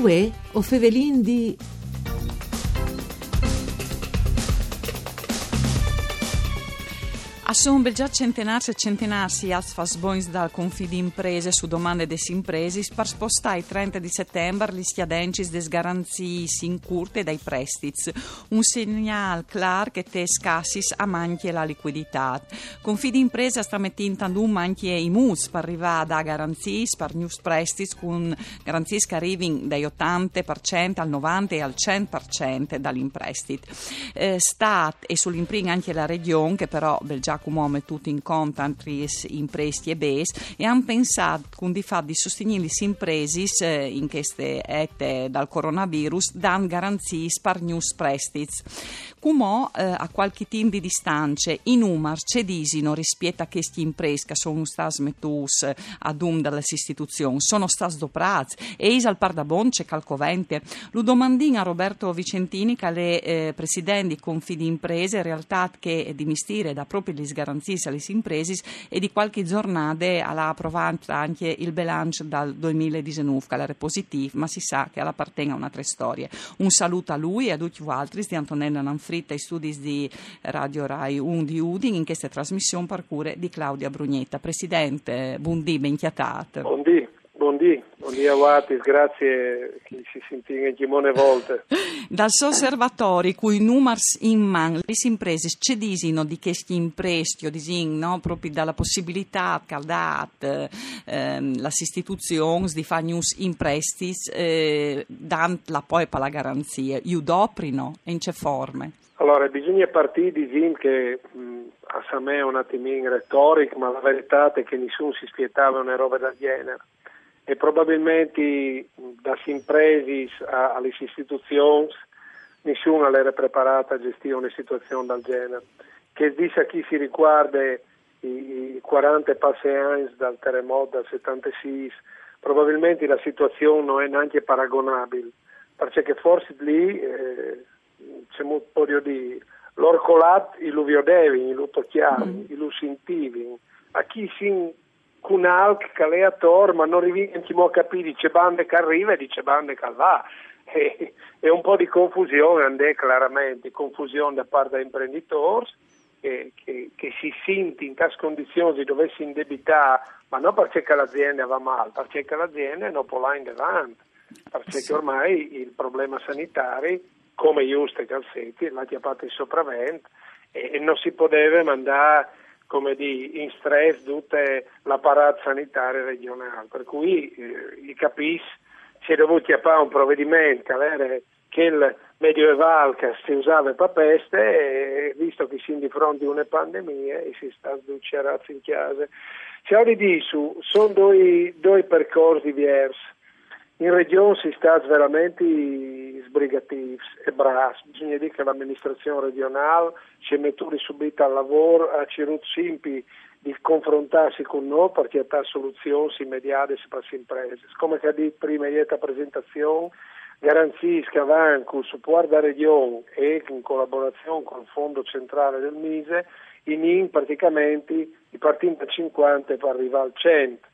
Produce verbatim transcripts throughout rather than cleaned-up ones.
Uè, o Fevelin di... Sono già centenarsi e centenarsi als fasboins dal confidi imprese su domande des impresis per spostare il trenta di settembre gli schiadencis des garanzii in curte dai prestits, un segnal clar che te scassis a manchi la liquidità. Confidi imprese sta mettendo un manchi i mus per arrivare da garanzie per news prestits con garanzie che arrivino dai ottanta per cento al novanta per cento e al cento per cento dall'imprestit. Eh, stat e sull'impring anche la regione che però bel già come tutti in conto in presti e bes e hanno pensato con di fatto di sostenere le imprese eh, in queste ette dal coronavirus dan garanzie per news prestits. Come eh, a qualche team di distanze i numeri cedisino rispetto a queste imprese che sono state messe ad un dalle istituzioni sono state doprate e is al par da bon c'è calcovente. Lo domandin a Roberto Vicentini che è eh, presidente di Confidi Imprese, in realtà che di mistire da proprio gli garanzie alle imprese e di qualche giornata alla approvata anche il bilancio dal duemiladiciannove che era positivo, ma si sa che appartiene a un'altra storia. Un saluto a lui e a tutti gli altri di Antonella Nanfritta e studi di Radio Rai uno di Udin in questa trasmissione per cure di Claudia Brugnetta. Presidente, buondì, ben chiatate. Buondì. Buondì, buondì a Watis, grazie che si sentiva in chimone volte. Dal suo osservatorio, cui numeri in man, le imprese cedisino di questi impresti, no? Proprio dalla possibilità che dat ehm, le istituzioni di fare news impresti, eh, dan la poi per la garanzia, io doprino, in che forme? Allora, bisogna partire di Zim che mh, a me è un attimino retorico, ma la verità è che nessuno si spietava una roba del genere. E probabilmente da imprese alle istituzioni nessuno era preparato a gestire una situazione del genere. Che dice a chi si riguarda i quaranta passi anni dal terremoto del settantasei, probabilmente la situazione non è neanche paragonabile, perché forse lì eh, c'è un po' di dire, l'orcolat i lo vedevi, lo tocchiavi, mm. lo sentivi, a chi si con alc che è attorno, ma non riusciamo a capire dice bande che arriva e dice bande che va. E, e un po' di confusione, andè chiaramente, confusione da parte degli imprenditori che, che, che si sente in queste condizioni di doversi indebitare, ma non perché l'azienda va male, perché l'azienda non può là in davanti, perché sì. Ormai il problema sanitario, come giusto che al senti, l'ha chiappato in sopravvento e, e non si poteva mandare come di in stress tutto l'apparato sanitario regionale, per cui eh, i capis si è dovuto chiappare un provvedimento che era quel medioevale che si usava per peste e visto che si è di fronte a una pandemia e si sta sduccerati in chiesa. Ciao di Disu, sono due, due percorsi diversi. In regione si sta veramente sbrigativi e bravi, bisogna dire che l'amministrazione regionale si è messa subito al lavoro, ha cercato sempre di confrontarsi con noi perché ha soluzioni immediate per le imprese. Come ha detto prima in questa presentazione, garanzie che vanno con il supporto della regione e in collaborazione con il Fondo Centrale del Mise, in praticamente i partiti da cinquanta per arrivare al cento.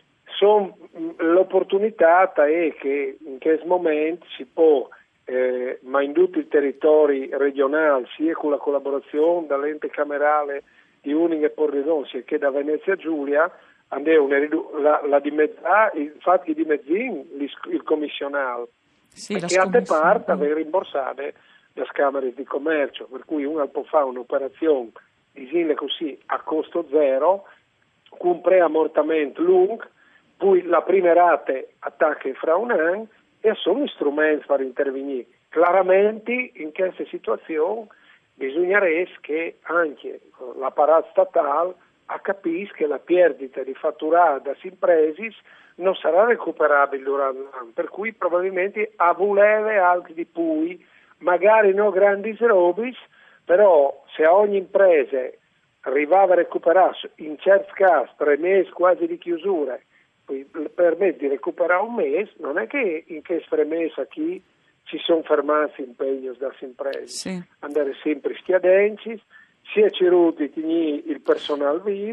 Son, l'opportunità è che in questo momento si può, eh, ma in tutto il territorio regionale, sia con la collaborazione dall'ente camerale di Uning e Pordenone, sia che da Venezia Giulia, andare la, la dimezza, infatti dimezzin il commissionale, sì, perché a te parte aver rimborsate le Camere di Commercio, per cui uno può fare un'operazione di così a costo zero, con un preammortamento lungo, poi la prima rate attacca fra un anno e sono strumenti per intervenire. Chiaramente in queste situazioni bisognerebbe che anche l'apparato statale capisca che la perdita di fatturato da imprese non sarà recuperabile durante l'anno, per cui probabilmente a volere altri di cui, magari non grandi robis, però se a ogni impresa arrivava a recuperare in certi casi tre mesi quasi di chiusura, permette di recuperare un mese, non è che in questa premessa qui ci sono fermati impegni da imprese, sì. Andare sempre schiadenci, si è ceruti il personale vivo,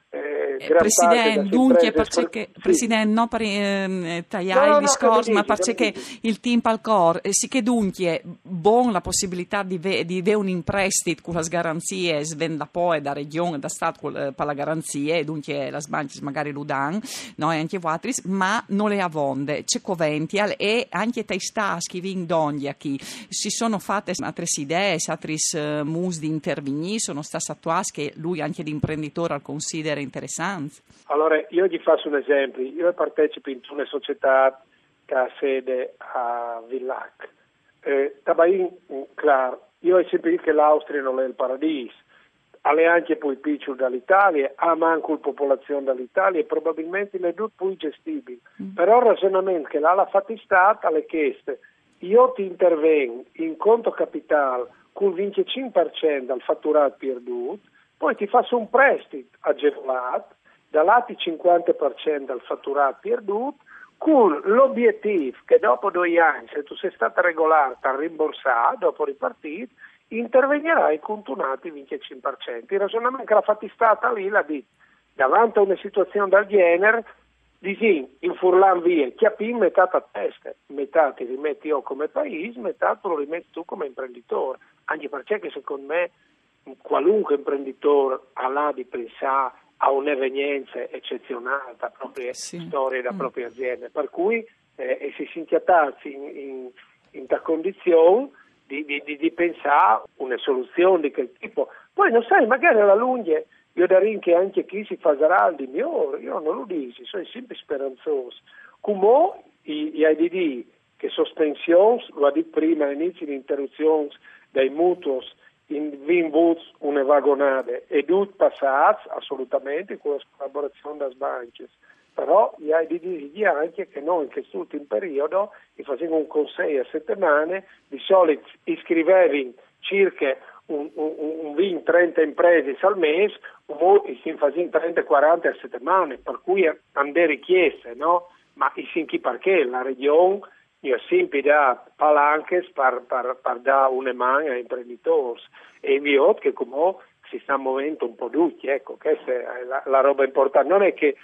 Eh, eh, Presidente, dunque, perché, che, sì. Presidente, no per eh, tagliare no, il no, discorso, no, ma dici, perché il team al cor, eh, sì che dunque, buon la possibilità di avere un imprestito con le garanzie, svenda poi da regione, da Stato per la garanzia, e dunque le banche magari lo danno, no, e anche altri, ma non le avonde, c'è coventi, e anche te staschi, vin dongi a chi si sono fatte altre idee, altri uh, mus di intervenire, sono state attuate che lui anche l'imprenditore al considera interessante. Allora, io gli faccio un esempio. Io partecipo in una società che ha sede a Villac. Eh, Tabain, claro, io ho sempre detto che l'Austria non è il paradiso. Ha anche poi piccolo dall'Italia, ha manco la popolazione dall'Italia e probabilmente le due più gestibili. Mm. Però il ragionamento che l'ha la fattistata alle chieste, io ti intervengo in conto capitale con il venticinque per cento del fatturato perduto, poi ti faccio un prestito agevolato, da lati cinquanta per cento del fatturato perduto, con l'obiettivo che dopo due anni, se tu sei stato regolare, ti rimborsato, dopo ripartito, intervenirai con tunati venticinque per cento. Il ragionamento che l'ha fattistata lì l'ha detto, davanti a una situazione del genere, dici, in furlan via, chiapin metà a testa, metà ti rimetti io come paese, metà te lo rimetti tu come imprenditore, anche perché secondo me qualunque imprenditore ha là di pensare a un'evenienza eccezionale da proprie sì. storie, da mm. proprie aziende, per cui eh, e si sinchiatarsi in, in, in ta condizione di, di, di, di pensare una soluzione di quel tipo. Poi non sai, magari alla lunga io darei che anche chi si farà di migliore, io non lo dico, sono sempre speranzoso. Come i, i I D D che sospensioni, lo ha detto prima all'inizio di interruzioni dei mutui in vinvuts una vagonata e tutti passati assolutamente con la collaborazione delle banche. Però gli I D D dicono anche che noi in quest'ultimo periodo facevamo un consiglio a settimane, di solito iscrivevi circa un, un, un venti trenta imprese al mese, ora si facevano trenta quaranta a settimane, per cui hanno richieste, no? Ma sinchi perché la regione io sempre da palanche per, per, per dare una mano ai imprenditori e vi ho che come si sta muovendo un po' tutti, ecco, questa è la, la roba importante, non è che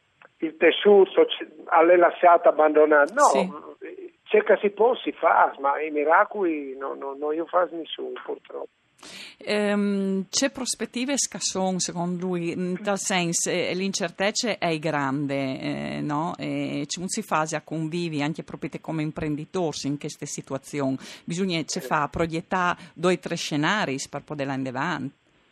il tessuto è lasciato abbandonato, no, sì. C'è che si può, si fa, ma i miracoli non no, no, io faccio nessuno purtroppo. Um, c'è prospettive scassone secondo lui, in tal senso eh, l'incertezza è grande, eh, no? E ci si fa a convivi anche proprio come imprenditori in queste situazioni, bisogna ci fa proiettare due o tre scenari per poter andare avanti.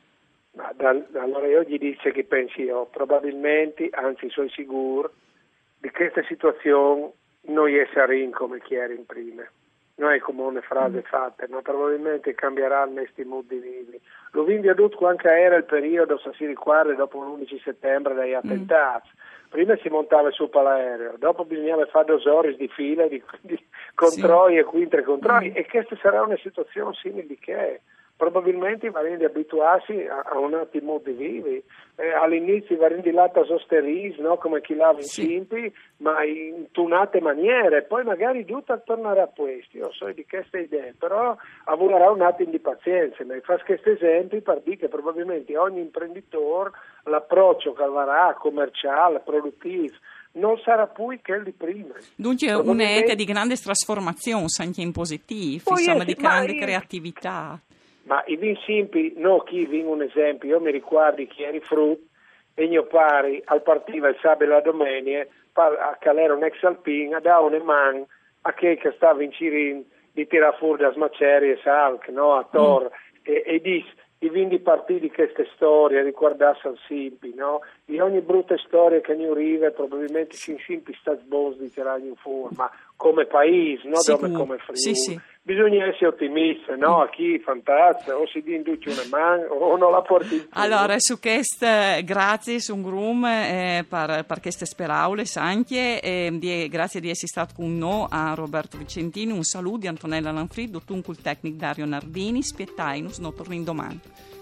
Ma da, allora io gli dico che pensi io, probabilmente, anzi sono sicuro di questa situazione noi saremo come chi era in prima. Non è come una frase fatta, ma probabilmente cambierà questi modi vivi. Lo vinto tutto anche era il periodo, se si ricorda, dopo l'undici settembre degli attentati. Mm. Prima si montava su l'aereo, dopo bisognava fare due ore di fila, di, di controlli sì. e quintre controlli, mm. e questa sarà una situazione simile di che probabilmente varremo di abituarsi a, a un altro modo di vivere. Eh, all'inizio varremo di latta sosteris, no? Come chi lava in sì. simpi, ma in tunate maniere, poi magari tutto tornerà a questi, io so di queste idee, però avrà un attimo di pazienza, mi fa questi esempi per dire che probabilmente ogni imprenditore l'approccio che avrà commerciale, produttivo, non sarà più che il di prima. Dunque un'ete di grande trasformazione, anche in positivo, insomma, è, di grande io... creatività. Ma i vin simpi, no, chi vin un esempio, io mi ricordo che eri frutto e mio pari al partiva il sabato e la domenica a calare un ex alpin, a dare una man a che che stava in Cirin di tirare fuori da smacerie, salc, no, a Tor, mm. e, e dis, i vin di partire di queste storie, ricordarsi al simpi, no, di ogni brutta storia che ne arriva, probabilmente si simpi sta sbos di tirare in fuori, ma come paese, no, dove come Friuli. Sì, sì. Bisogna essere ottimisti, no? A chi fantasia, o si induce una mano o non la porti in allora, su questo, grazie su un grum eh, per, per queste speraule anche, eh, die, grazie di essere stato con noi a Roberto Vicentini, un saluto di Antonella Lanfrid, Tunco il tecnico Dario Nardini, spiettai, nos no torni domani.